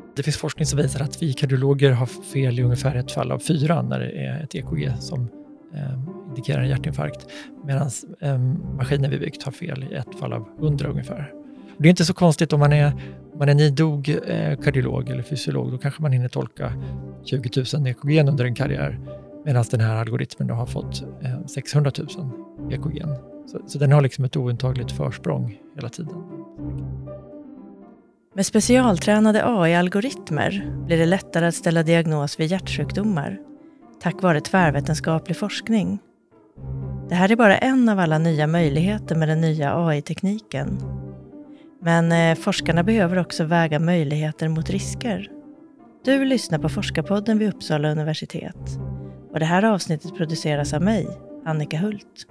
Det finns forskning som visar att vi kardiologer har fel i ungefär ett fall av 4 när det är ett EKG som indikerar en hjärtinfarkt. Medan maskinen vi byggt har fel i ett fall av 100 ungefär. Det är inte så konstigt om man är nidog kardiolog eller fysiolog. Då kanske man hinner tolka 20 000 EKG under en karriär. Medan den här algoritmen då har fått 600 000 EKG. Så den har liksom ett ointagligt försprång hela tiden. Med specialtränade AI-algoritmer blir det lättare att ställa diagnos vid hjärtsjukdomar tack vare tvärvetenskaplig forskning. Det här är bara en av alla nya möjligheter med den nya AI-tekniken. Men forskarna behöver också väga möjligheter mot risker. Du lyssnar på Forskarpodden vid Uppsala universitet. Och det här avsnittet produceras av mig, Annika Hult.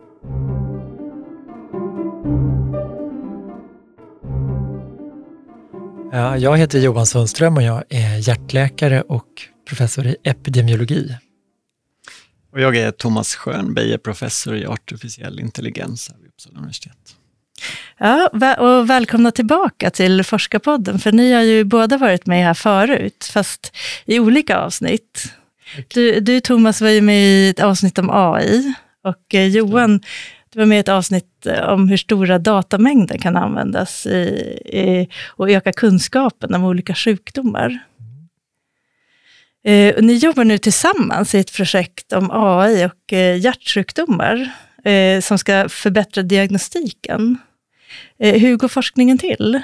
Ja, jag heter Johan Sundström och jag är hjärtläkare och professor i epidemiologi. Och jag är Thomas Schönberg, professor i artificiell intelligens vid Uppsala universitet. Ja, och välkomna tillbaka till Forskarpodden, för ni har ju båda varit med här förut, fast i olika avsnitt. Du Thomas var ju med i ett avsnitt om AI och Johan, du var med i ett avsnitt om hur stora datamängder kan användas och öka kunskapen om olika sjukdomar. Och ni jobbar nu tillsammans i ett projekt om AI och hjärtsjukdomar som ska förbättra diagnostiken. Hur går forskningen till?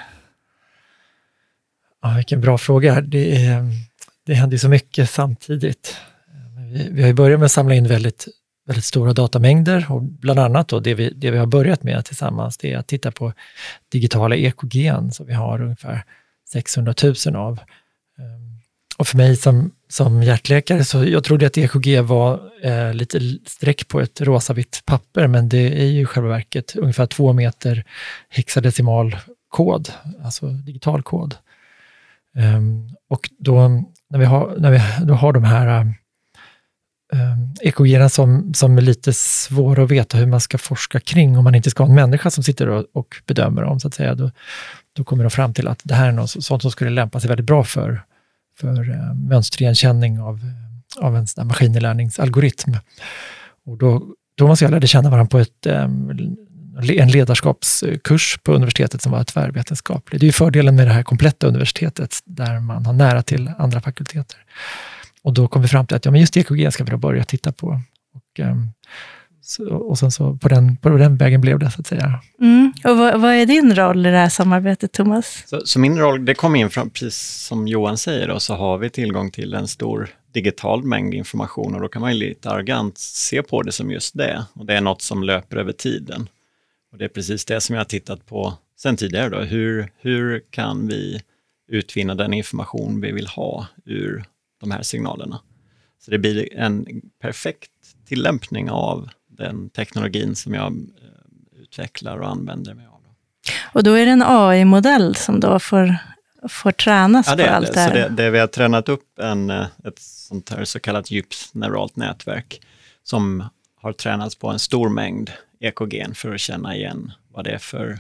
Ja, vilken bra fråga. Det händer så mycket samtidigt. Vi har ju börjat med att samla in väldigt stora datamängder och bland annat då det vi har börjat med tillsammans, det är att titta på digitala EKG som vi har ungefär 600 000 av. Och för mig som hjärtläkare så jag trodde att EKG var lite streck på ett rosavitt papper, men det är ju i själva verket ungefär 2 meter hexadecimal kod, alltså digital kod. Och då när vi har de här EKG som är lite svåra att veta hur man ska forska kring om man inte ska ha en människa som sitter och bedömer dem, så att säga, då kommer de fram till att det här är något sånt som skulle lämpa sig väldigt bra för mönstrigenkänning av en sån här maskininlärningsalgoritm. Och då måste jag lära känna varandra på en ledarskapskurs på universitetet som var tvärvetenskaplig. Det är ju fördelen med det här kompletta universitetet där man har nära till andra fakulteter. Och då kom vi fram till att just EKG ska vi börja titta på. Och sen så på den vägen blev det, så att säga. Och vad är din roll i det här samarbetet, Thomas? Så min roll, det kom in från, precis som Johan säger, och så har vi tillgång till en stor digital mängd information och då kan man ju lite arrogant se på det som just det. Och det är något som löper över tiden. Och det är precis det som jag har tittat på sen tidigare då. Hur kan vi utvinna den information vi vill ha ur de här signalerna? Så det blir en perfekt tillämpning av den teknologin som jag utvecklar och använder mig av. Och då är det en AI-modell som då får tränas på allt det här? Så det vi har tränat upp ett sånt här så kallat djupt neuralt nätverk som har tränats på en stor mängd EKG för att känna igen vad det är för...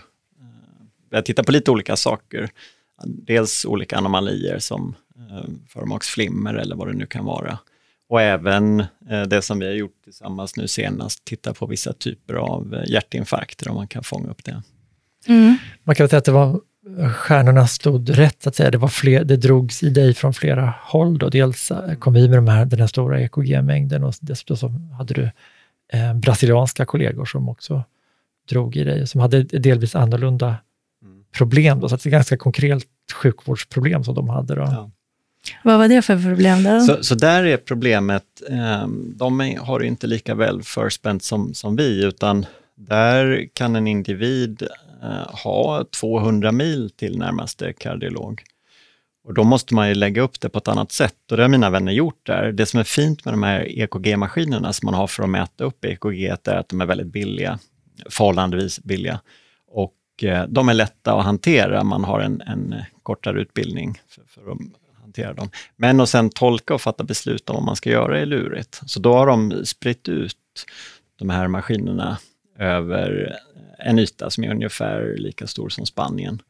Jag tittar på lite olika saker. Dels olika anomalier som förmaksflimmer eller vad det nu kan vara. Och även det som vi har gjort tillsammans nu senast, titta på vissa typer av hjärtinfarkter om man kan fånga upp det. Man kan väl säga att det var stjärnorna stod rätt, att säga. Det drogs i dig från flera håll då. Dels kom vi med den här stora EKG-mängden och dessutom så hade du brasilianska kollegor som också drog i dig, som hade delvis annorlunda problem då, så att det är ganska konkret sjukvårdsproblem som de hade då. Ja. Vad var det för problem då? Så där är problemet, de har inte lika väl förspänt som vi, utan där kan en individ ha 200 mil till närmaste kardiolog. Och då måste man ju lägga upp det på ett annat sätt, och det har mina vänner gjort där. Det som är fint med de här EKG-maskinerna som man har för att mäta upp EKG är att de är väldigt billiga, förhållandevis billiga. Och de är lätta att hantera, man har en kortare utbildning för att hantera dem. Men att sen tolka och fatta beslut om vad man ska göra är lurigt. Så då har de spritt ut de här maskinerna över en yta som är ungefär lika stor som Spanien.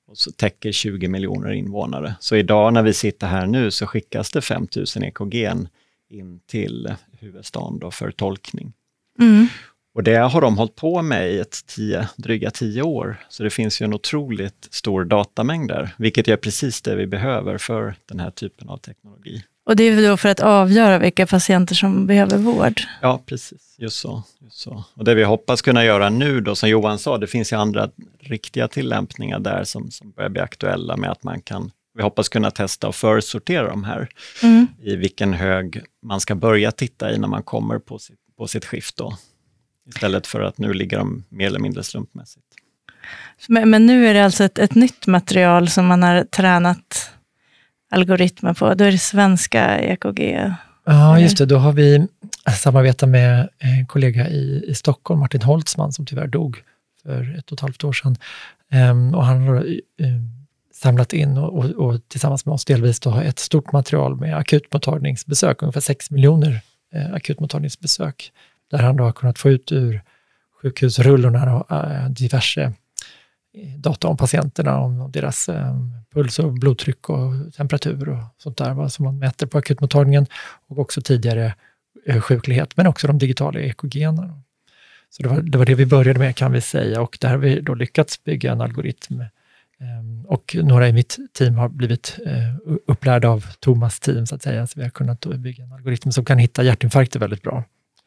och så täcker 20 miljoner invånare. Så idag när vi sitter här nu så skickas det 5000 EKG in till huvudstaden då för tolkning. Och det har de hållit på med i dryga 10 år. Så det finns ju en otroligt stor datamängd där, vilket är precis det vi behöver för den här typen av teknologi. Och det är väl då för att avgöra vilka patienter som behöver vård? Ja, precis. Just så. Och det vi hoppas kunna göra nu då, som Johan sa, det finns ju andra riktiga tillämpningar där som börjar bli aktuella med att vi hoppas kunna testa och försortera de här i vilken hög man ska börja titta i när man kommer på sitt skift då. Istället för att nu ligger de mer eller mindre slumpmässigt. Men nu är det alltså ett nytt material som man har tränat algoritmer på. Då är det svenska EKG. Ja, just det. Då har vi samarbetat med en kollega i Stockholm, Martin Holtzman, som tyvärr dog för 1,5 år sedan. Och han har samlat in och tillsammans med oss delvis då har ett stort material med akutmottagningsbesök, ungefär 6 miljoner akutmottagningsbesök, där han då har kunnat få ut ur sjukhusrullorna och diverse data om patienterna, om deras puls och blodtryck och temperatur och sånt där som man mäter på akutmottagningen, och också tidigare sjuklighet, men också de digitala EKG-erna. Så det var det vi började med, kan vi säga, och där har vi då lyckats bygga en algoritm. Och några i mitt team har blivit upplärda av Thomas team, så att säga, så vi har kunnat då bygga en algoritm som kan hitta hjärtinfarkter väldigt bra.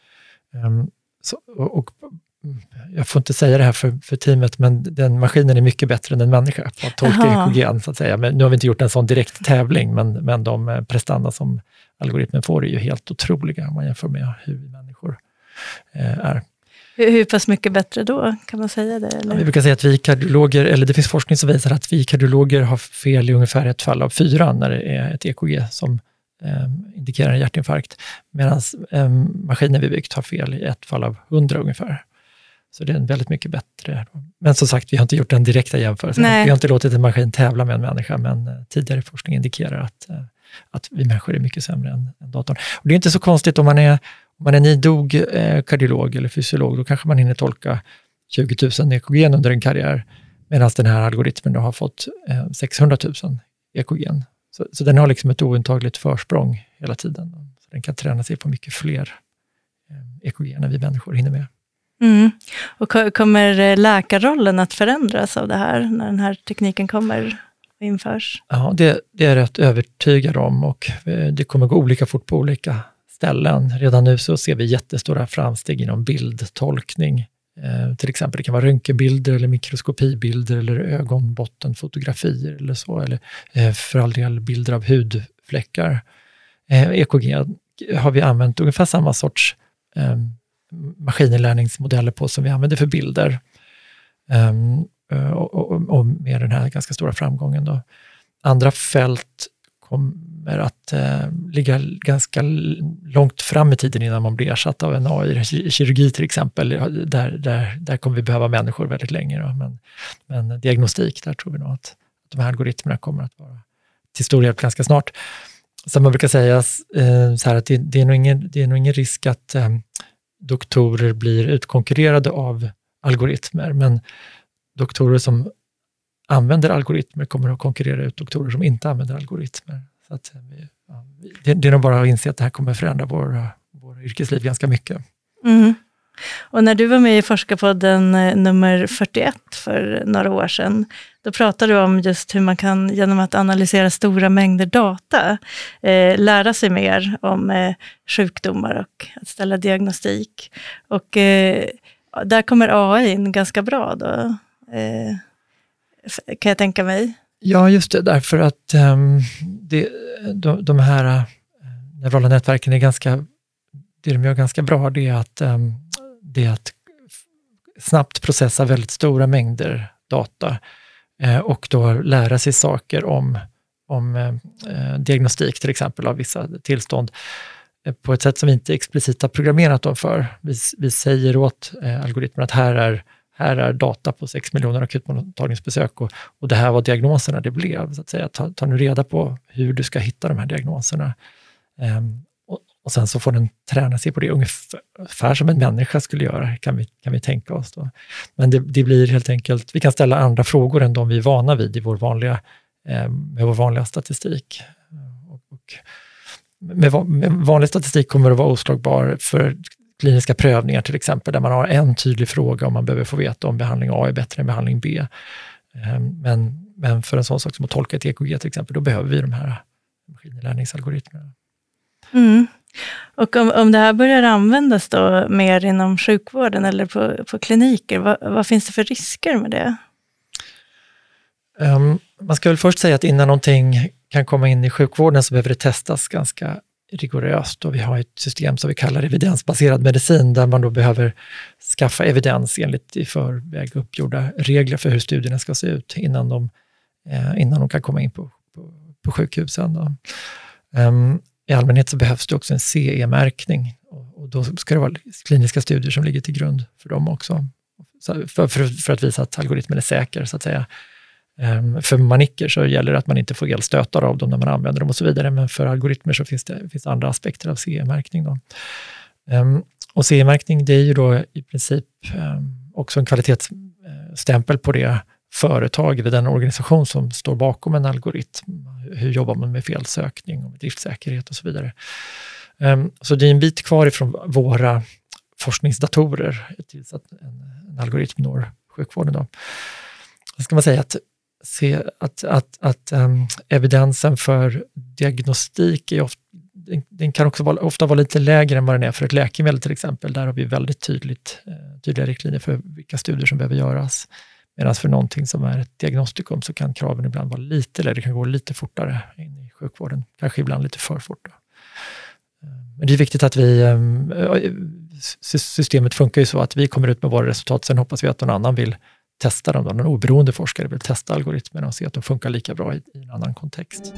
Och jag får inte säga det här för teamet, men den maskinen är mycket bättre än en människa på att tolka EKG, så att säga. Men nu har vi inte gjort en sån direkt tävling, men de prestanda som algoritmen får är ju helt otroliga om man jämför med hur vi människor är. Hur pass mycket bättre då? Kan man säga det? Eller? Ja, vi brukar säga att vi kardiologer, eller det finns forskning som visar att vi kardiologer har fel i ungefär 1 fall av 4 när det är ett EKG som indikerar en hjärtinfarkt, medan maskinen vi byggt har fel i 1 fall av 100 ungefär. Så det är en väldigt mycket bättre. Men som sagt, vi har inte gjort den direkta jämförelsen. Vi har inte låtit en maskin tävla med en människa, men tidigare forskning indikerar att vi människor är mycket sämre än datorn. Och det är inte så konstigt om man är en idog kardiolog eller fysiolog, då kanske man hinner tolka 20 000 EKG under en karriär, medan den här algoritmen då har fått 600 000 EKG. Så den har liksom ett ointagligt försprång hela tiden. Så den kan träna sig på mycket fler EKG när vi människor hinner med. Och kommer läkarrollen att förändras av det här när den här tekniken kommer och införs? Ja, det är jag rätt övertygad om, och det kommer gå olika fort på olika ställen. Redan nu så ser vi jättestora framsteg inom bildtolkning. Till exempel det kan vara röntgenbilder eller mikroskopibilder eller ögonbottenfotografier eller så, eller för all del bilder av hudfläckar. EKG har vi använt ungefär samma sorts maskininlärningsmodeller på som vi använder för bilder. Och med den här ganska stora framgången då. Andra fält kommer att ligga ganska långt fram i tiden innan man blir ersatt av en AI-kirurgi till exempel. Där kommer vi behöva människor väldigt länge. Då. Men diagnostik, där tror vi nog att de här algoritmerna kommer att vara till stor hjälp ganska snart. Så man brukar säga så här att det är nog ingen risk att doktorer blir utkonkurrerade av algoritmer, men doktorer som använder algoritmer kommer att konkurrera ut doktorer som inte använder algoritmer. Så att det är nog bara att inse att det här kommer förändra vår yrkesliv ganska mycket. Och när du var med i Forskarpodden nummer 41 för några år sedan, då pratade du om just hur man kan genom att analysera stora mängder data lära sig mer om sjukdomar och att ställa diagnostik. Och där kommer AI in ganska bra då, kan jag tänka mig. Ja, just det, därför att de här neurala nätverken är det de gör ganska bra, det är att snabbt processa väldigt stora mängder data och då lära sig saker om diagnostik till exempel av vissa tillstånd på ett sätt som vi inte explicit har programmerat dem för. Vi säger åt algoritmen att här är data på 6 miljoner akutmottagningsbesök och det här var diagnoserna det blev. Så att säga. Ta nu reda på hur du ska hitta de här diagnoserna. Och sen så får den träna sig på det ungefär som en människa skulle göra, kan vi tänka oss då. Men det blir helt enkelt, vi kan ställa andra frågor än de vi är vana vid i med vår vanliga statistik. Och med vanlig statistik kommer det att vara oslagbar för kliniska prövningar till exempel, där man har en tydlig fråga om man behöver få veta om behandling A är bättre än behandling B. Men för en sån sak som att tolka ett EKG till exempel, då behöver vi de här maskininlärningsalgoritmerna. Mm. Och om det här börjar användas då mer inom sjukvården eller på kliniker, vad finns det för risker med det? Man ska väl först säga att innan någonting kan komma in i sjukvården så behöver det testas ganska rigoröst, och vi har ett system som vi kallar evidensbaserad medicin, där man då behöver skaffa evidens enligt i förväg uppgjorda regler för hur studierna ska se ut innan de kan komma in på sjukhusen då. I allmänhet så behövs det också en CE-märkning, och då ska det vara kliniska studier som ligger till grund för dem också, för att visa att algoritmen är säker så att säga. För manicker så gäller det att man inte får elstötar av dem när man använder dem och så vidare, men för algoritmer så finns andra aspekter av CE-märkning då. Och CE-märkning, det är ju då i princip också en kvalitetsstämpel på det företag eller den organisation som står bakom en algoritm. Hur jobbar man med felsökning och med driftsäkerhet och så vidare. Så det är en bit kvar ifrån våra forskningsdatorer tills att en algoritm når sjukvården då. Då ska man säga att evidensen för diagnostik är den kan också ofta vara lite lägre än vad den är för ett läkemedel till exempel. Där har vi väldigt tydliga riktlinjer för vilka studier som behöver göras. Medan för någonting som är ett diagnostikum så kan kraven ibland vara lite lägre, det kan gå lite fortare in i sjukvården. Kanske ibland lite för fort då. Men det är viktigt att systemet funkar ju så att vi kommer ut med våra resultat, sen hoppas vi att någon annan vill testa dem då. Någon oberoende forskare vill testa algoritmerna och se att de funkar lika bra i en annan kontext.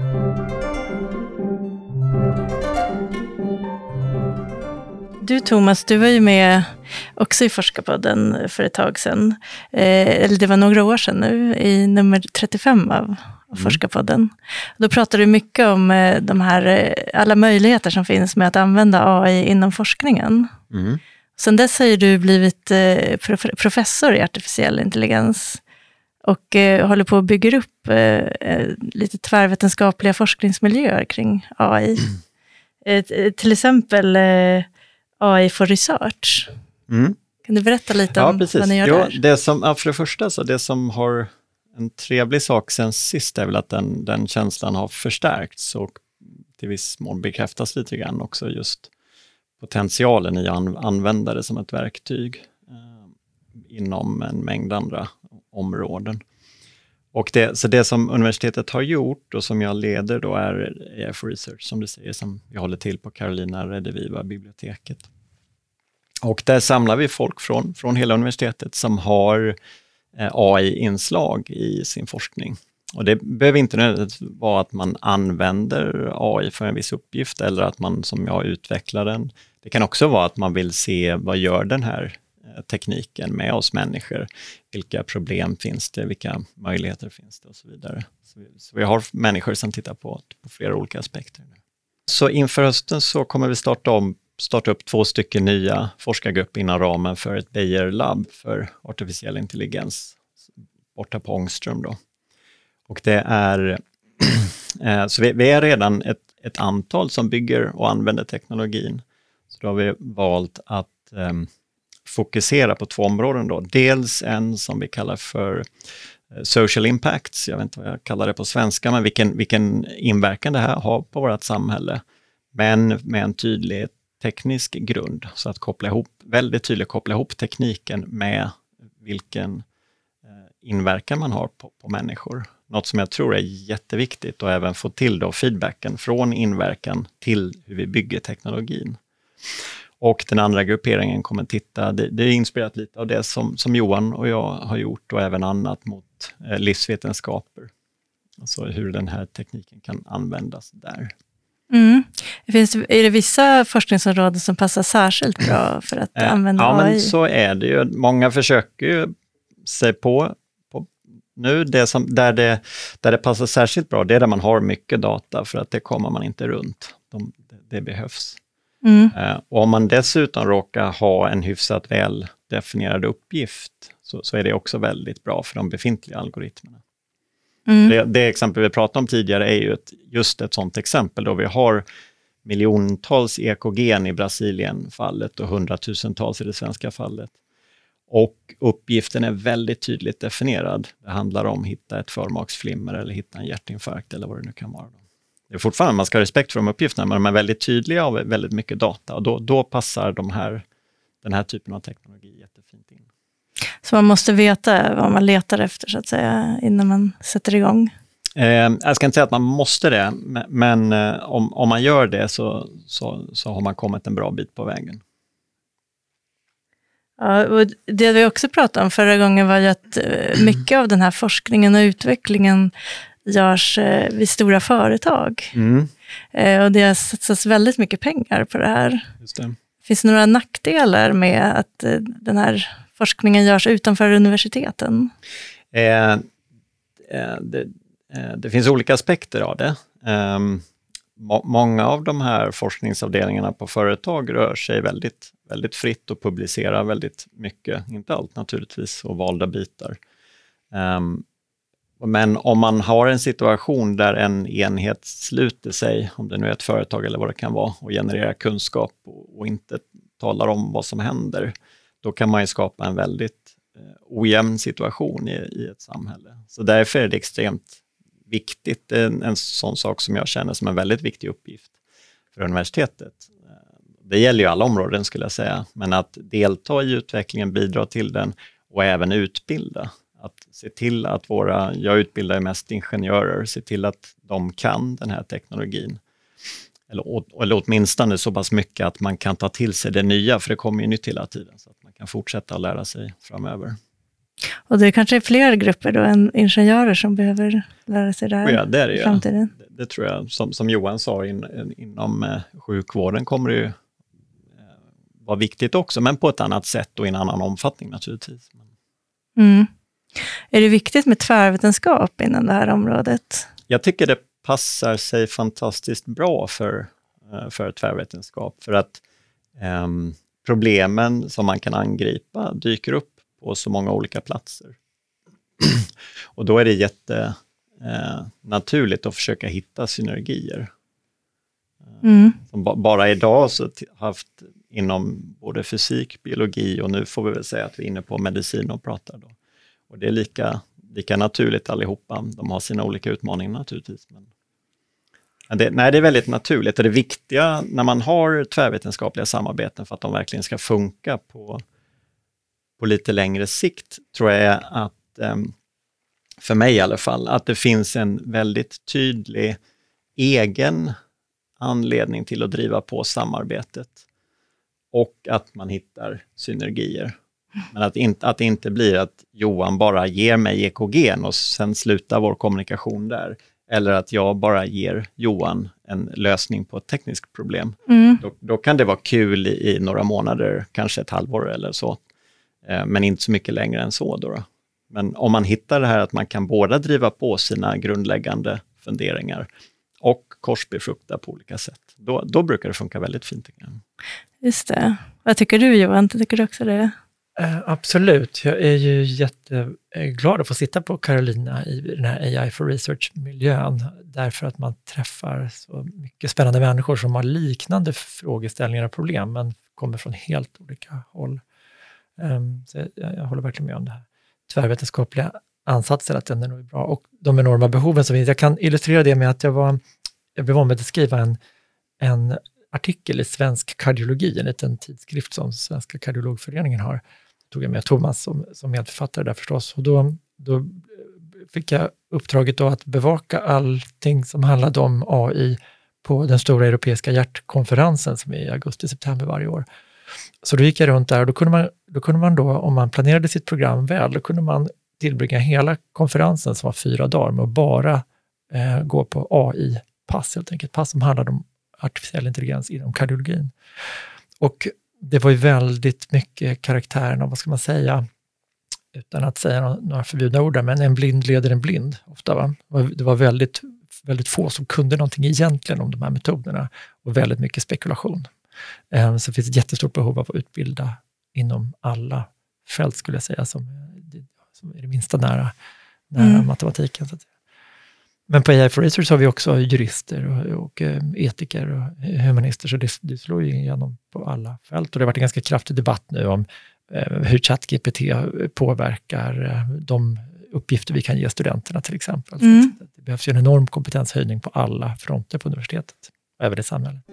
Du Thomas, du var ju med också i Forskarpodden för ett tag sedan. Eller det var några år sedan nu, i nummer 35 av Forskarpodden. Då pratade du mycket om de här alla möjligheter som finns med att använda AI inom forskningen. Mm. Sen dess har ju du blivit professor i artificiell intelligens och håller på att bygga upp lite tvärvetenskapliga forskningsmiljöer kring AI. Till exempel AI for Research. Mm. Kan du berätta lite om vad ni gör där? För det första, så det som har en trevlig sak sen sist är väl att den känslan har förstärkts och till viss mån bekräftas lite grann också, just potentialen i att använda det som ett verktyg inom en mängd andra områden. Och det som universitetet har gjort och som jag leder då är AI for Research, som du säger, som vi håller till på Carolina Rediviva biblioteket. Och där samlar vi folk från hela universitetet som har AI-inslag i sin forskning. Och det behöver inte nödvändigtvis vara att man använder AI för en viss uppgift eller att man som jag utvecklar den. Det kan också vara att man vill se vad gör den här tekniken med oss människor. Vilka problem finns det, vilka möjligheter finns det och så vidare. Så vi har människor som tittar på flera olika aspekter. Så inför hösten så kommer vi starta upp 2 stycken nya forskargrupper inom ramen för ett Beijer Lab för artificiell intelligens borta på Ångström då. Och det är så vi är redan ett antal som bygger och använder teknologin. Så då har vi valt att fokusera på 2 områden då. Dels en som vi kallar för social impacts, jag vet inte vad jag kallar det på svenska, men vilken inverkan det här har på vårt samhälle. Men med en tydlig teknisk grund, så att väldigt tydligt koppla ihop tekniken med vilken inverkan man har på människor. Något som jag tror är jätteviktigt, och även få till då feedbacken från inverkan till hur vi bygger teknologin. Och den andra grupperingen kommer titta, det är inspirerat lite av det som Johan och jag har gjort, och även annat mot livsvetenskaper. Alltså hur den här tekniken kan användas där. Mm. Är det vissa forskningsområden som passar särskilt bra för att använda AI? Ja, men så är det ju. Många försöker ju sig på nu, där det passar särskilt bra, det är där man har mycket data, för att det kommer man inte runt. Det behövs. Och om man dessutom råkar ha en hyfsat väl definierad uppgift så är det också väldigt bra för de befintliga algoritmerna. Det exempel vi pratade om tidigare är ju just ett sådant exempel då vi har miljontals EKG i Brasilien-fallet och 100 000-tals i det svenska fallet. Och uppgiften är väldigt tydligt definierad. Det handlar om att hitta ett förmaksflimmer eller hitta en hjärtinfarkt eller vad det nu kan vara. Det är fortfarande, man ska ha respekt för de uppgifterna, men de är väldigt tydliga och väldigt mycket data. Och då passar den här typen av teknologi jättefint in. Så man måste veta vad man letar efter så att säga innan man sätter igång? Jag ska inte säga att man måste det, men om man gör det så har man kommit en bra bit på vägen. Ja, och det vi också pratade om förra gången var ju att mycket av den här forskningen och utvecklingen görs vid stora företag. Och det har satsats väldigt mycket pengar på det här. Just det. Finns det några nackdelar med att den här forskningen görs utanför universiteten? Det finns olika aspekter av det. Många av de här forskningsavdelningarna på företag rör sig väldigt, väldigt fritt och publicerar väldigt mycket. Inte allt naturligtvis, och valda bitar. Men om man har en situation där en enhet sluter sig, om det nu är ett företag eller vad det kan vara, och genererar kunskap och inte talar om vad som händer, då kan man ju skapa en väldigt ojämn situation i ett samhälle. Så därför är det extremt viktigt, en sån sak som jag känner som en väldigt viktig uppgift för universitetet. Det gäller ju alla områden skulle jag säga, men att delta i utvecklingen, bidra till den och även utbilda. Att se till att jag utbildar mest ingenjörer, se till att de kan den här teknologin. Eller åtminstone så pass mycket att man kan ta till sig det nya, för det kommer ju nytt hela tiden, så att man kan fortsätta att lära sig framöver. Och det kanske är fler grupper då än ingenjörer som behöver lära sig det här i framtiden? Det tror jag. Som Johan sa, inom sjukvården kommer det ju vara viktigt också, men på ett annat sätt och i en annan omfattning naturligtvis. Är det viktigt med tvärvetenskap inom det här området? Jag tycker det passar sig fantastiskt bra för tvärvetenskap, för att problemen som man kan angripa dyker upp på så många olika platser. Och då är det naturligt att försöka hitta synergier. Som bara idag så haft inom både fysik, biologi och nu får vi väl säga att vi är inne på medicin och pratar då. Och det är lika naturligt allihopa. De har sina olika utmaningar naturligtvis. Men det är väldigt naturligt. Och det viktiga när man har tvärvetenskapliga samarbeten för att de verkligen ska funka på lite längre sikt, tror jag är att, för mig i alla fall, att det finns en väldigt tydlig egen anledning till att driva på samarbetet. Och att man hittar synergier. Men att det inte blir att Johan bara ger mig EKG och sen slutar vår kommunikation där. Eller att jag bara ger Johan en lösning på ett tekniskt problem. Då kan det vara kul i några månader, kanske ett halvår eller så. Men inte så mycket längre än så då. Men om man hittar det här att man kan båda driva på sina grundläggande funderingar och korsbefrukta på olika sätt, då brukar det funka väldigt fint. Just det. Vad tycker du, Johan? Tycker du också det? Absolut. Jag är ju jätteglad att få sitta på Carolina i den här AI for Research-miljön, därför att man träffar så mycket spännande människor som har liknande frågeställningar och problem, men kommer från helt olika håll. Så jag håller verkligen med om det här tvärvetenskapliga ansatsen, att den är nog bra, och de enorma behoven som finns. Jag kan illustrera det med att jag blev ombedd att skriva en artikel i Svensk kardiologi, en liten tidskrift som Svenska kardiologföreningen har. Tog jag med Thomas som medförfattare där förstås, och då fick jag uppdraget då att bevaka allting som handlade om AI på den stora europeiska hjärtkonferensen som är i augusti-september varje år. Så då gick jag runt där, och då kunde man om man planerade sitt program väl, då kunde man tillbringa hela konferensen som var 4 dagar med att bara gå på AI-pass, helt enkelt pass som handlade om artificiell intelligens inom kardiologin. Och det var ju väldigt mycket karaktären av, vad ska man säga, utan att säga några förbjudna ord där, men en blind leder en blind ofta. Va? Det var väldigt, väldigt få som kunde någonting egentligen om de här metoderna, och väldigt mycket spekulation. Så det finns ett jättestort behov av att utbilda inom alla fält, skulle jag säga, som är det minsta nära matematiken. Så att säga. Men på AI for Research har vi också jurister och etiker och humanister, så det slår ju igenom på alla fält. Och det har varit en ganska kraftig debatt nu om hur ChatGPT påverkar de uppgifter vi kan ge studenterna till exempel. Så att det behövs ju en enorm kompetenshöjning på alla fronter på universitetet och även i samhället.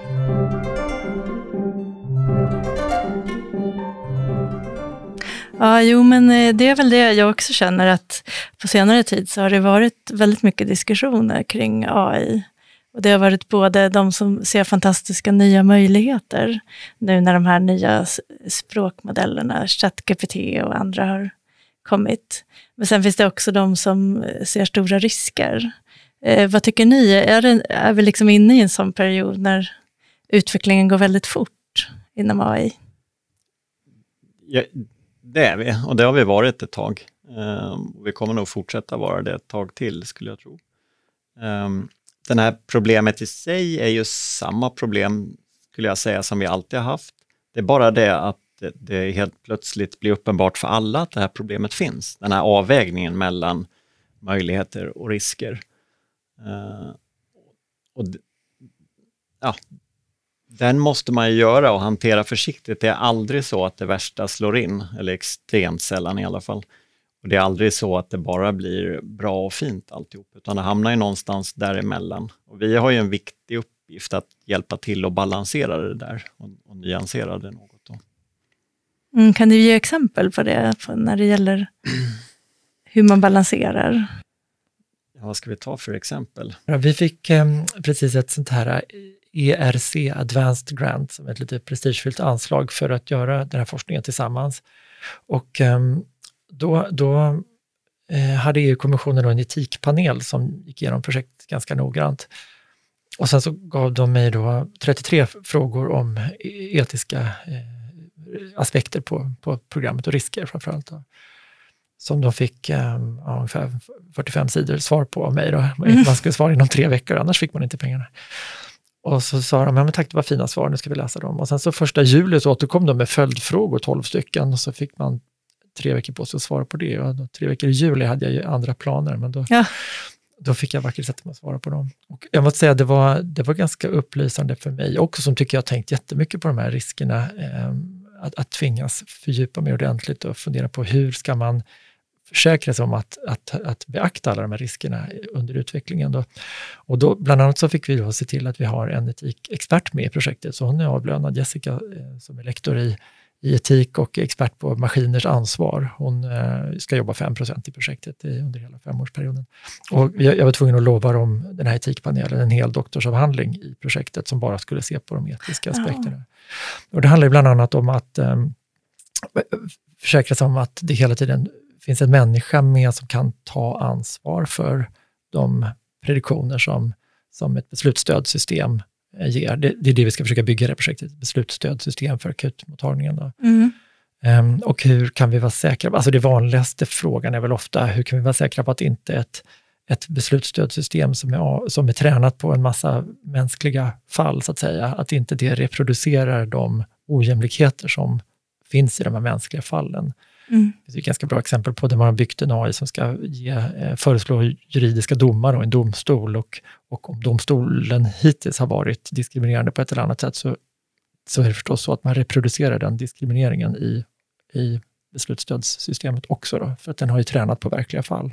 Ja, jo, men det är väl det jag också känner, att på senare tid så har det varit väldigt mycket diskussioner kring AI. Och det har varit både de som ser fantastiska nya möjligheter nu när de här nya språkmodellerna, ChatGPT och andra har kommit. Men sen finns det också de som ser stora risker. Vad tycker ni? Är vi liksom inne i en sån period när utvecklingen går väldigt fort inom AI? Ja, det är vi, och det har vi varit ett tag. Vi kommer nog fortsätta vara det ett tag till, skulle jag tro. Den här problemet i sig är ju samma problem, skulle jag säga, som vi alltid har haft. Det är bara det att det helt plötsligt blir uppenbart för alla att det här problemet finns. Den här avvägningen mellan möjligheter och risker. Den måste man ju göra och hantera försiktigt. Det är aldrig så att det värsta slår in, eller extremt sällan i alla fall. Och det är aldrig så att det bara blir bra och fint alltihop, utan det hamnar ju någonstans däremellan. Och vi har ju en viktig uppgift att hjälpa till och balansera det där och nyansera det något då. Kan du ge exempel på det när det gäller hur man balanserar? Ja, vad ska vi ta för exempel? Ja, vi fick precis ett sånt här ERC Advanced Grant, som är ett lite prestigefyllt anslag för att göra den här forskningen tillsammans. Och då hade EU-kommissionen en etikpanel som gick igenom projektet ganska noggrant. Och sen så gav de mig då 33 frågor om etiska aspekter på programmet och risker framförallt. Som de fick ungefär 45 sidor svar på av mig. Då. Man skulle svara inom 3 veckor, annars fick man inte pengarna. Och så sa de, men tack, det var fina svar, nu ska vi läsa dem. Och sen så 1 juli så återkom de med följdfrågor, 12 stycken. Och så fick man 3 veckor på sig att svara på det. Och då, 3 veckor i juli hade jag ju andra planer, men då fick jag verkligen sätta mig att svara på dem. Och jag måste säga, det var ganska upplysande för mig också, som tycker jag har tänkt jättemycket på de här riskerna. Att tvingas fördjupa mig ordentligt och fundera på hur ska man försäkra sig om att beakta alla de här riskerna under utvecklingen. Då. Och då, bland annat så fick vi då se till att vi har en etikexpert med i projektet. Så hon är avlönad, Jessica, som är lektor i etik och expert på maskiners ansvar. Hon ska jobba 5% i projektet under hela 5-årsperioden. Och jag var tvungen att lova dem, den här etikpanelen, en hel doktorsavhandling i projektet som bara skulle se på de etiska aspekterna. Och det handlar ju bland annat om att försäkra sig om att det hela tiden finns en människa med som kan ta ansvar för de prediktioner som ett beslutsstödsystem ger. Det är det vi ska försöka bygga det projektet, ett beslutsstödsystem för akutmottagningen. Då. Och hur kan vi vara säkra, alltså det vanligaste frågan är väl ofta, hur kan vi vara säkra på att inte ett beslutsstödssystem som är tränat på en massa mänskliga fall, så att säga, att inte det reproducerar de ojämlikheter som finns i de här mänskliga fallen. Det är ett ganska bra exempel på där man har byggt en AI som ska föreslå juridiska domar och en domstol, och om domstolen hittills har varit diskriminerande på ett eller annat sätt, så är det förstås så att man reproducerar den diskrimineringen i beslutsstödssystemet också då, för att den har ju tränat på verkliga fall.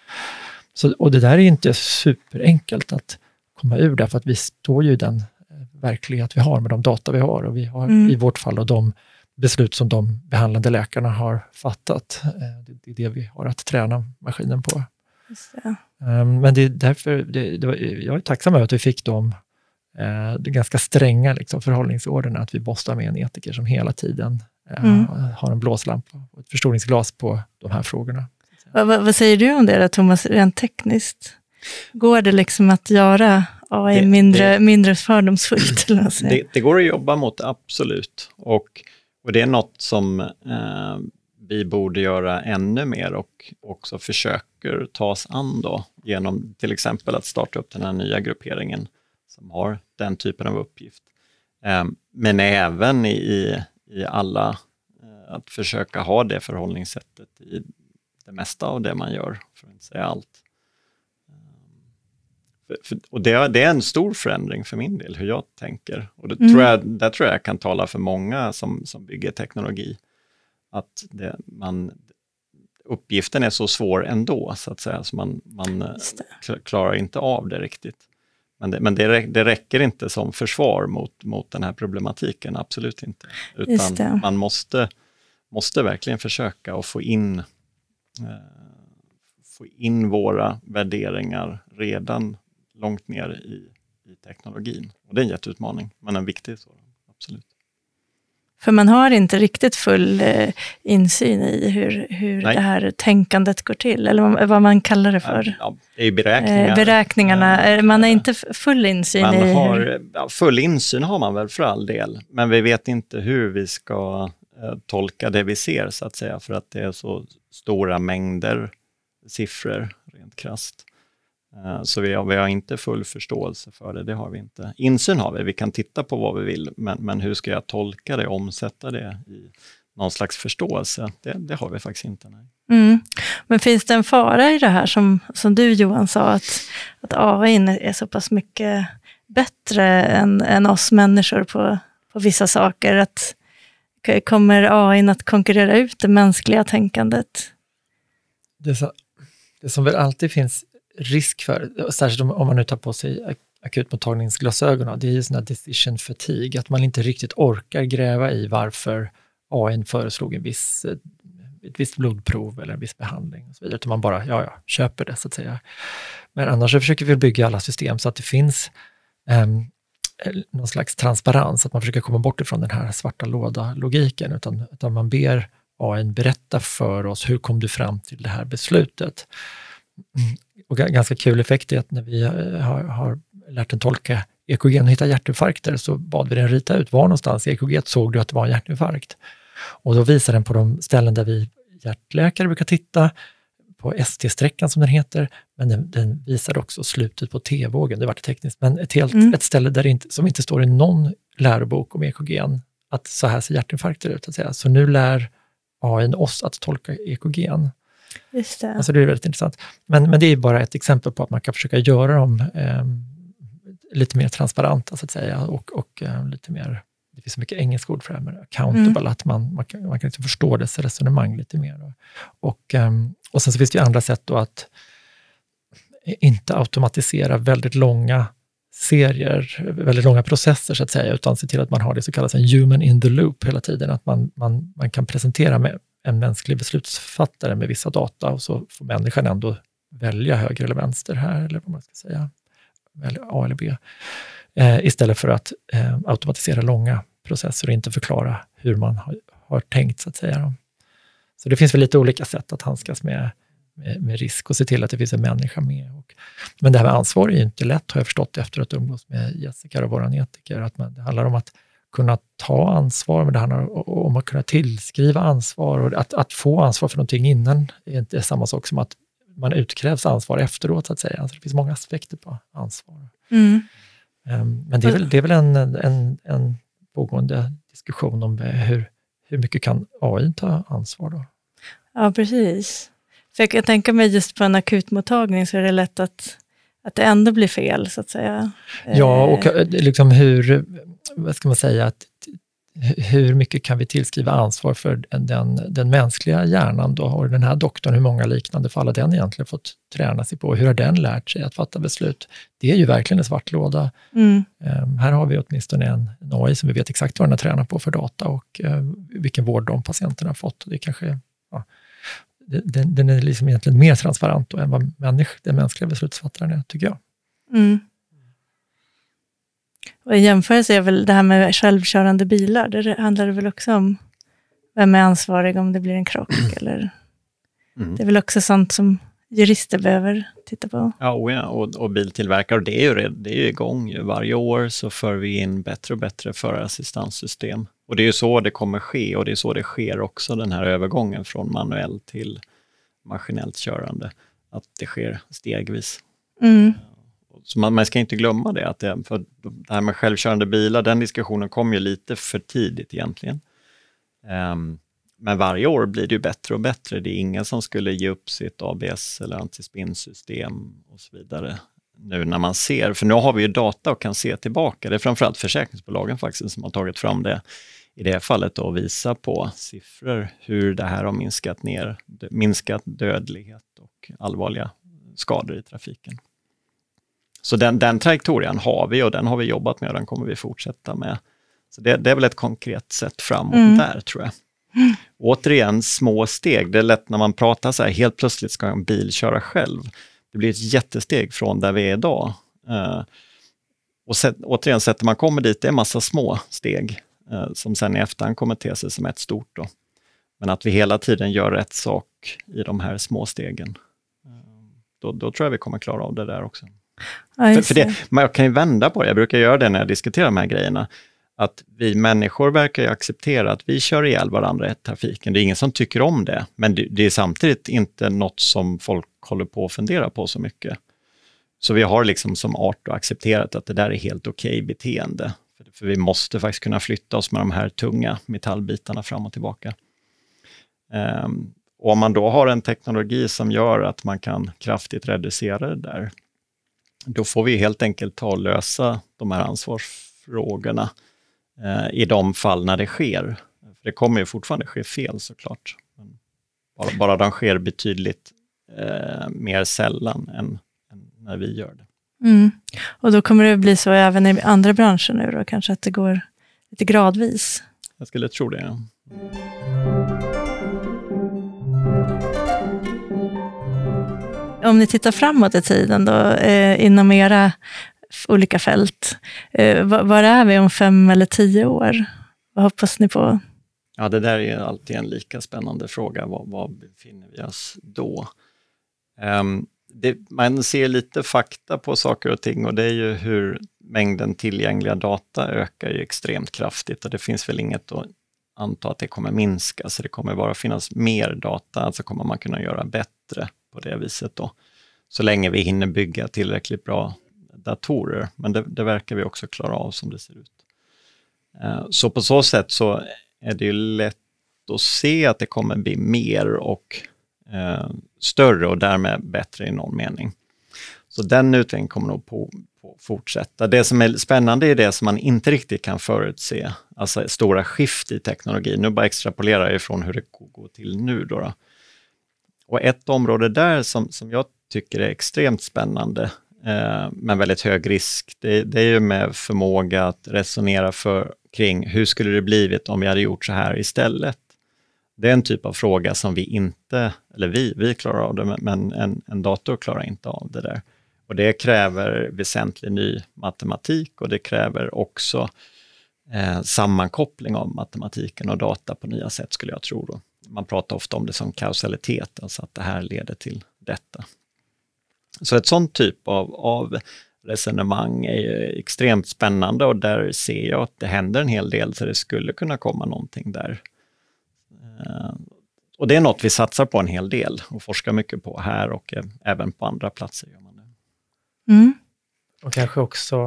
Och det där är inte superenkelt att komma ur, därför att vi står ju i den verklighet vi har med de data vi har, och vi har i vårt fall och de beslut som de behandlande läkarna har fattat. Det är det vi har att träna maskinen på. Just det. Men det är därför jag är tacksam över att vi fick det ganska stränga förhållningsorderna, att vi måste ha med en etiker som hela tiden har en blåslampa och ett förstoringsglas på de här frågorna. Vad säger du om det då, Thomas, rent tekniskt? Går det att göra AI mindre fördomsfullt? Det går att jobba mot, absolut. Och det är något som vi borde göra ännu mer och också försöker ta oss an då, genom till exempel att starta upp den här nya grupperingen som har den typen av uppgift. Men även i alla, att försöka ha det förhållningssättet i det mesta av det man gör, för att inte säga allt. Och det är en stor förändring för min del, hur jag tänker. Och där tror jag kan tala för många som bygger teknologi. Att uppgiften är så svår ändå, så att säga, så man klarar inte av det riktigt. Men det räcker inte som försvar mot den här problematiken, absolut inte. Utan man måste verkligen försöka att få in våra värderingar redan långt ner i teknologin. Och det är en jätteutmaning, men en viktig sådan, absolut. För man har inte riktigt full insyn i hur det här tänkandet går till, eller vad man kallar det för. Ja, det är beräkningar. Beräkningarna, man har inte full insyn full insyn har man väl för all del, men vi vet inte hur vi ska tolka det vi ser, så att säga, för att det är så stora mängder siffror, rent krasst. Så vi har inte full förståelse för det har vi inte. Insyn har vi kan titta på vad vi vill, men hur ska jag tolka det, omsätta det i någon slags förståelse? Det har vi faktiskt inte. Nej. Men finns det en fara i det här som du, Johan, sa, att AI är så pass mycket bättre än oss människor på vissa saker, att kommer AI att konkurrera ut det mänskliga tänkandet? Det som väl alltid finns risk för, särskilt om man nu tar på sig akutmottagningsglasögonen, det är ju sån här decision fatigue, att man inte riktigt orkar gräva i varför AI föreslog ett visst blodprov eller en viss behandling och så vidare, utan man bara köper det, så att säga. Men annars så försöker vi bygga alla system så att det finns någon slags transparens, att man försöker komma bort ifrån den här svarta låda-logiken, utan man ber AI berätta för oss, hur kom du fram till det här beslutet? Och ganska kul effekt är att när vi har lärt den tolka EKG och hitta hjärtinfarkter, så bad vi den rita ut var någonstans i EKG såg du att det var en hjärtinfarkt. Och då visar den på de ställen där vi hjärtläkare brukar titta, på ST-sträckan som den heter, men den visar också slutet på T-vågen, det var tekniskt, men ett ställe där som inte står i någon lärobok om EKG, att så här ser hjärtinfarkter ut, att säga. Så nu lär AI oss att tolka EKG. Just det. Alltså det är väldigt intressant. Men det är bara ett exempel på att man kan försöka göra dem lite mer transparenta, så att säga, och lite mer, det finns så mycket engelska ord för det här med accountable, att man kan liksom förstå dess resonemang lite mer. Och sen så finns det ju andra sätt då att inte automatisera väldigt långa serier, väldigt långa processer, så att säga, utan se till att man har det så kallas en human in the loop hela tiden, att man kan presentera med en mänsklig beslutsfattare med vissa data, och så får människan ändå välja höger eller vänster här, eller vad man ska säga, välja A eller B, istället för att automatisera långa processer och inte förklara hur man har tänkt, så att säga. Så det finns väl lite olika sätt att handskas med risk och se till att det finns en människa med. Men det här med ansvar är ju inte lätt, har jag förstått efter att umgås med Jessica och våran etiker, att det handlar om att kunna ta ansvar, men det handlar om att kunna tillskriva ansvar, och att få ansvar för någonting innan är inte samma sak som att man utkrävs ansvar efteråt, så att säga. Alltså det finns många aspekter på ansvar. Men det är väl en pågående diskussion om hur mycket kan AI ta ansvar då? Ja, precis. För jag kan tänka mig just på en akutmottagning så är det lätt att det ändå blir fel, så att säga. Ja, och liksom vad ska man säga, hur mycket kan vi tillskriva ansvar för den mänskliga hjärnan då, och den här doktorn, hur många liknande fall har den egentligen fått träna sig på, hur har den lärt sig att fatta beslut? Det är ju verkligen en svart låda. Här har vi åtminstone en AI som vi vet exakt vad den har tränat på för data, och vilken vård de patienterna har fått. Det är kanske, den är liksom egentligen mer transparent då än vad den mänskliga beslutsfattaren är, tycker jag. Och i jämförelse är väl det här med självkörande bilar, det handlar det väl också om vem är ansvarig om det blir en krock, eller det är väl också sånt som jurister behöver titta på. Ja, och biltillverkare, det är ju igång ju. Varje år så för vi in bättre och bättre förassistanssystem. Och det är ju så det kommer ske, och det är så det sker också, den här övergången från manuell till maskinellt körande. Att det sker stegvis. Så man ska inte glömma det, för det här med självkörande bilar, den diskussionen kom ju lite för tidigt egentligen. Men varje år blir det ju bättre och bättre. Det är ingen som skulle ge upp sitt ABS eller antispinnsystem och så vidare nu när man ser. För nu har vi ju data och kan se tillbaka. Det är framförallt försäkringsbolagen faktiskt som har tagit fram det i det fallet och visa på siffror hur det här har minskat dödlighet och allvarliga skador i trafiken. Så den trajektorien har vi och den har vi jobbat med och den kommer vi fortsätta med. Så det är väl ett konkret sätt framåt där tror jag. Återigen, små steg. Det är lätt när man pratar så här, helt plötsligt ska en bil köra själv. Det blir ett jättesteg från där vi är idag. Och återigen, sättet man kommer dit, det är en massa små steg som sen i efterhand kommer till sig som ett stort då. Men att vi hela tiden gör rätt sak i de här små stegen. Då tror jag vi kommer klara av det där också. För det, jag kan ju vända på det, jag brukar göra det när jag diskuterar de här grejerna. Att vi människor verkar ju acceptera att vi kör ihjäl varandra i trafiken. Det är ingen som tycker om det, men det är samtidigt inte något som folk håller på att fundera på så mycket. Så vi har liksom som art accepterat att det där är helt okej beteende. För vi måste faktiskt kunna flytta oss med de här tunga metallbitarna fram och tillbaka. Och om man då har en teknologi som gör att man kan kraftigt reducera det där, då får vi helt enkelt ta och lösa de här ansvarsfrågorna i de fall när det sker. För det kommer ju fortfarande ske fel såklart. Men bara de sker betydligt mer sällan än när vi gör det. Och då kommer det bli så även i andra branscher nu då, kanske att det går lite gradvis? Jag skulle tro det, ja. Om ni tittar framåt i tiden då, inom era olika fält, var är vi om 5 eller 10 år? Vad hoppas ni på? Ja, det där är alltid en lika spännande fråga. Var befinner vi oss då? Man ser lite fakta på saker och ting och det är ju hur mängden tillgängliga data ökar ju extremt kraftigt och det finns väl inget att anta att det kommer minska, så det kommer bara finnas mer data, alltså kommer man kunna göra bättre på det viset då. Så länge vi hinner bygga tillräckligt bra datorer, men det verkar vi också klara av som det ser ut. Så på så sätt så är det ju lätt att se att det kommer bli mer och större och därmed bättre i någon mening. Så den utvecklingen kommer nog på fortsätta. Det som är spännande är det som man inte riktigt kan förutse, alltså stora skift i teknologi. Nu bara extrapolerar jag ifrån hur det går till nu då. Och ett område där som jag tycker är extremt spännande men väldigt hög risk, det är ju med förmåga att resonera kring hur skulle det blivit om vi hade gjort så här istället. Det är en typ av fråga som vi inte, eller vi klarar av det, men en dator klarar inte av det där. Och det kräver väsentlig ny matematik och det kräver också sammankoppling av matematiken och data på nya sätt skulle jag tro då. Man pratar ofta om det som kausalitet, alltså att det här leder till detta. Så ett sånt typ av resonemang är extremt spännande och där ser jag att det händer en hel del så det skulle kunna komma någonting där. Och det är något vi satsar på en hel del och forskar mycket på här och även på andra platser gör man det. Och kanske också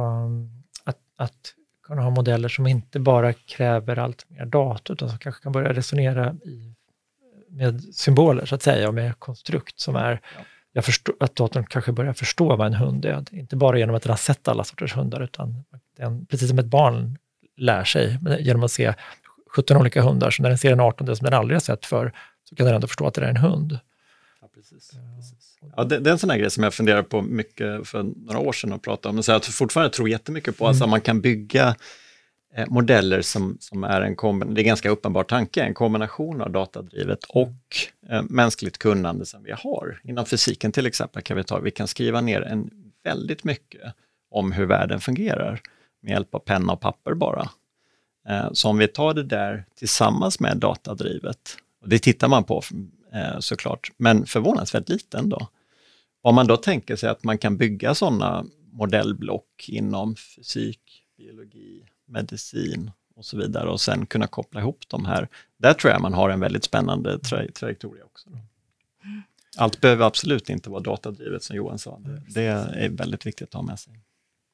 att kunna ha modeller som inte bara kräver allt mer data utan som kanske kan börja resonera med symboler så att säga och med konstrukt som är jag förstår att datorn kanske börjar förstå vad en hund är. Inte bara genom att den har sett alla sorters hundar utan precis som ett barn lär sig genom att se 17 olika hundar. Så när den ser en 18 som den aldrig har sett för så kan den ändå förstå att det är en hund. Ja, precis. Ja, det är en sån här grej som jag funderar på mycket för några år sedan och pratade om. Men så jag fortfarande tror jättemycket på att man kan bygga modeller som är det är ganska uppenbar tanke, en kombination av datadrivet och mänskligt kunnande som vi har. Inom fysiken till exempel vi kan skriva ner väldigt mycket om hur världen fungerar med hjälp av penna och papper bara. Så om vi tar det där tillsammans med datadrivet, och det tittar man på såklart, men förvånansvärt lite ändå. Om man då tänker sig att man kan bygga sådana modellblock inom fysik, biologi, medicin och så vidare och sen kunna koppla ihop de här. Där tror jag man har en väldigt spännande trajektoria också. Allt behöver absolut inte vara datadrivet som Johan sa. Det är väldigt viktigt att ha med sig.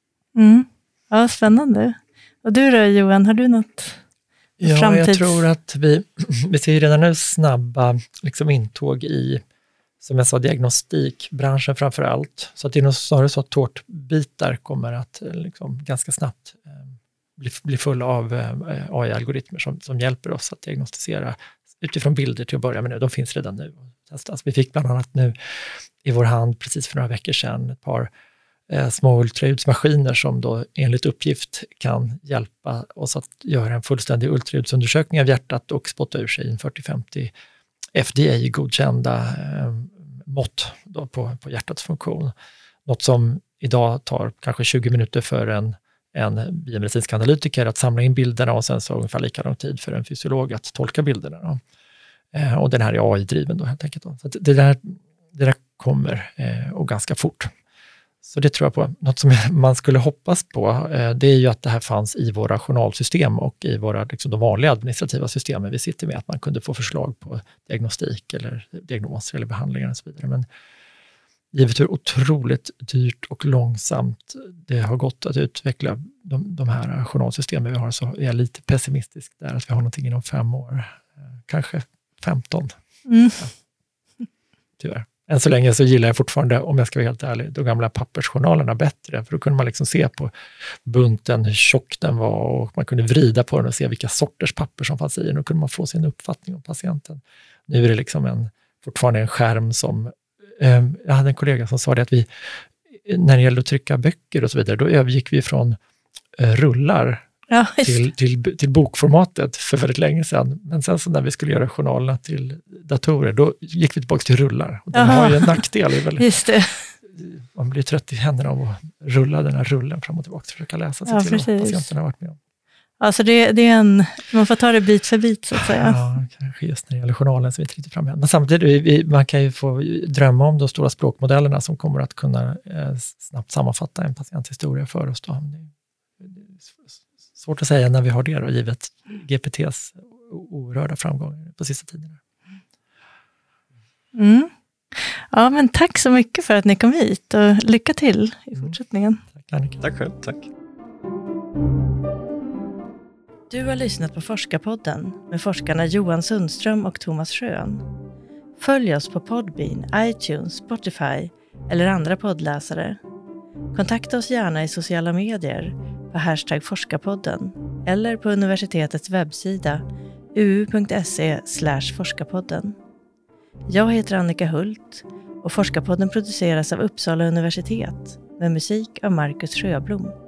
Ja, spännande. Och du då Johan, har du något framtids... Jag tror att vi ser redan nu snabba liksom intåg i, som jag sa, diagnostikbranschen framför allt. Så att det är nog snarare så att tårtbitar kommer att liksom ganska snabbt bli fulla av AI-algoritmer som hjälper oss att diagnostisera utifrån bilder till att börja med nu. De finns redan nu. Vi fick bland annat nu i vår hand precis för några veckor sedan ett par små ultraljudsmaskiner som då enligt uppgift kan hjälpa oss att göra en fullständig ultraljudsundersökning av hjärtat och spotta ur sig en 40-50 FDA-godkända mått då på hjärtats funktion. Något som idag tar kanske 20 minuter för en biomedicinsk analytiker att samla in bilderna och sen så ungefär lika lång tid för en fysiolog att tolka bilderna. Då. Och den här är AI-driven då helt enkelt. Då. Så det där kommer och ganska fort. Så det tror jag på. Något som man skulle hoppas på det är ju att det här fanns i våra journalsystem och i våra liksom, de vanliga administrativa systemen vi sitter med, att man kunde få förslag på diagnostik eller diagnoser eller behandlingar och så vidare. Men givet hur otroligt dyrt och långsamt det har gått att utveckla de här journalsystemen vi har, så är jag lite pessimistisk där att vi har någonting inom 5 år, kanske 15. Ja. Tyvärr. Än så länge så gillar jag fortfarande, om jag ska vara helt ärlig, de gamla pappersjournalerna bättre. För då kunde man liksom se på bunten hur tjock den var och man kunde vrida på den och se vilka sorters papper som fanns i den. Då kunde man få sin uppfattning om patienten. Nu är det liksom fortfarande en skärm som... jag hade en kollega som sa det att vi, när det gäller att trycka böcker och så vidare, då övergick vi från rullar till bokformatet för väldigt länge sedan. Men sen så när vi skulle göra journalerna till datorer, då gick vi tillbaka till rullar. Och den har ju en nackdel. Just det. Man blir trött i händerna av att rulla den här rullen fram och tillbaka och försöka läsa sig till vad patienten har varit med om. Alltså det är man får ta det bit för bit så att säga. Ja, kanske just när det gäller journalen så är vi inte riktigt framme. Men samtidigt, man kan ju få drömma om de stora språkmodellerna som kommer att kunna snabbt sammanfatta en patienthistoria för oss. Då. Svårt att säga när vi har det då, givet GPTs oerhörda framgångar på sista tiden. Ja, men tack så mycket för att ni kom hit och lycka till i fortsättningen. Tack Annika. Tack själv, tack. Du har lyssnat på Forskarpodden med forskarna Johan Sundström och Thomas Schön. Följ oss på Podbean, iTunes, Spotify eller andra poddläsare. Kontakta oss gärna i sociala medier på #forskarpodden eller på universitetets webbsida uu.se/forskarpodden. Jag heter Annika Hult och Forskarpodden produceras av Uppsala universitet med musik av Marcus Sjöblom.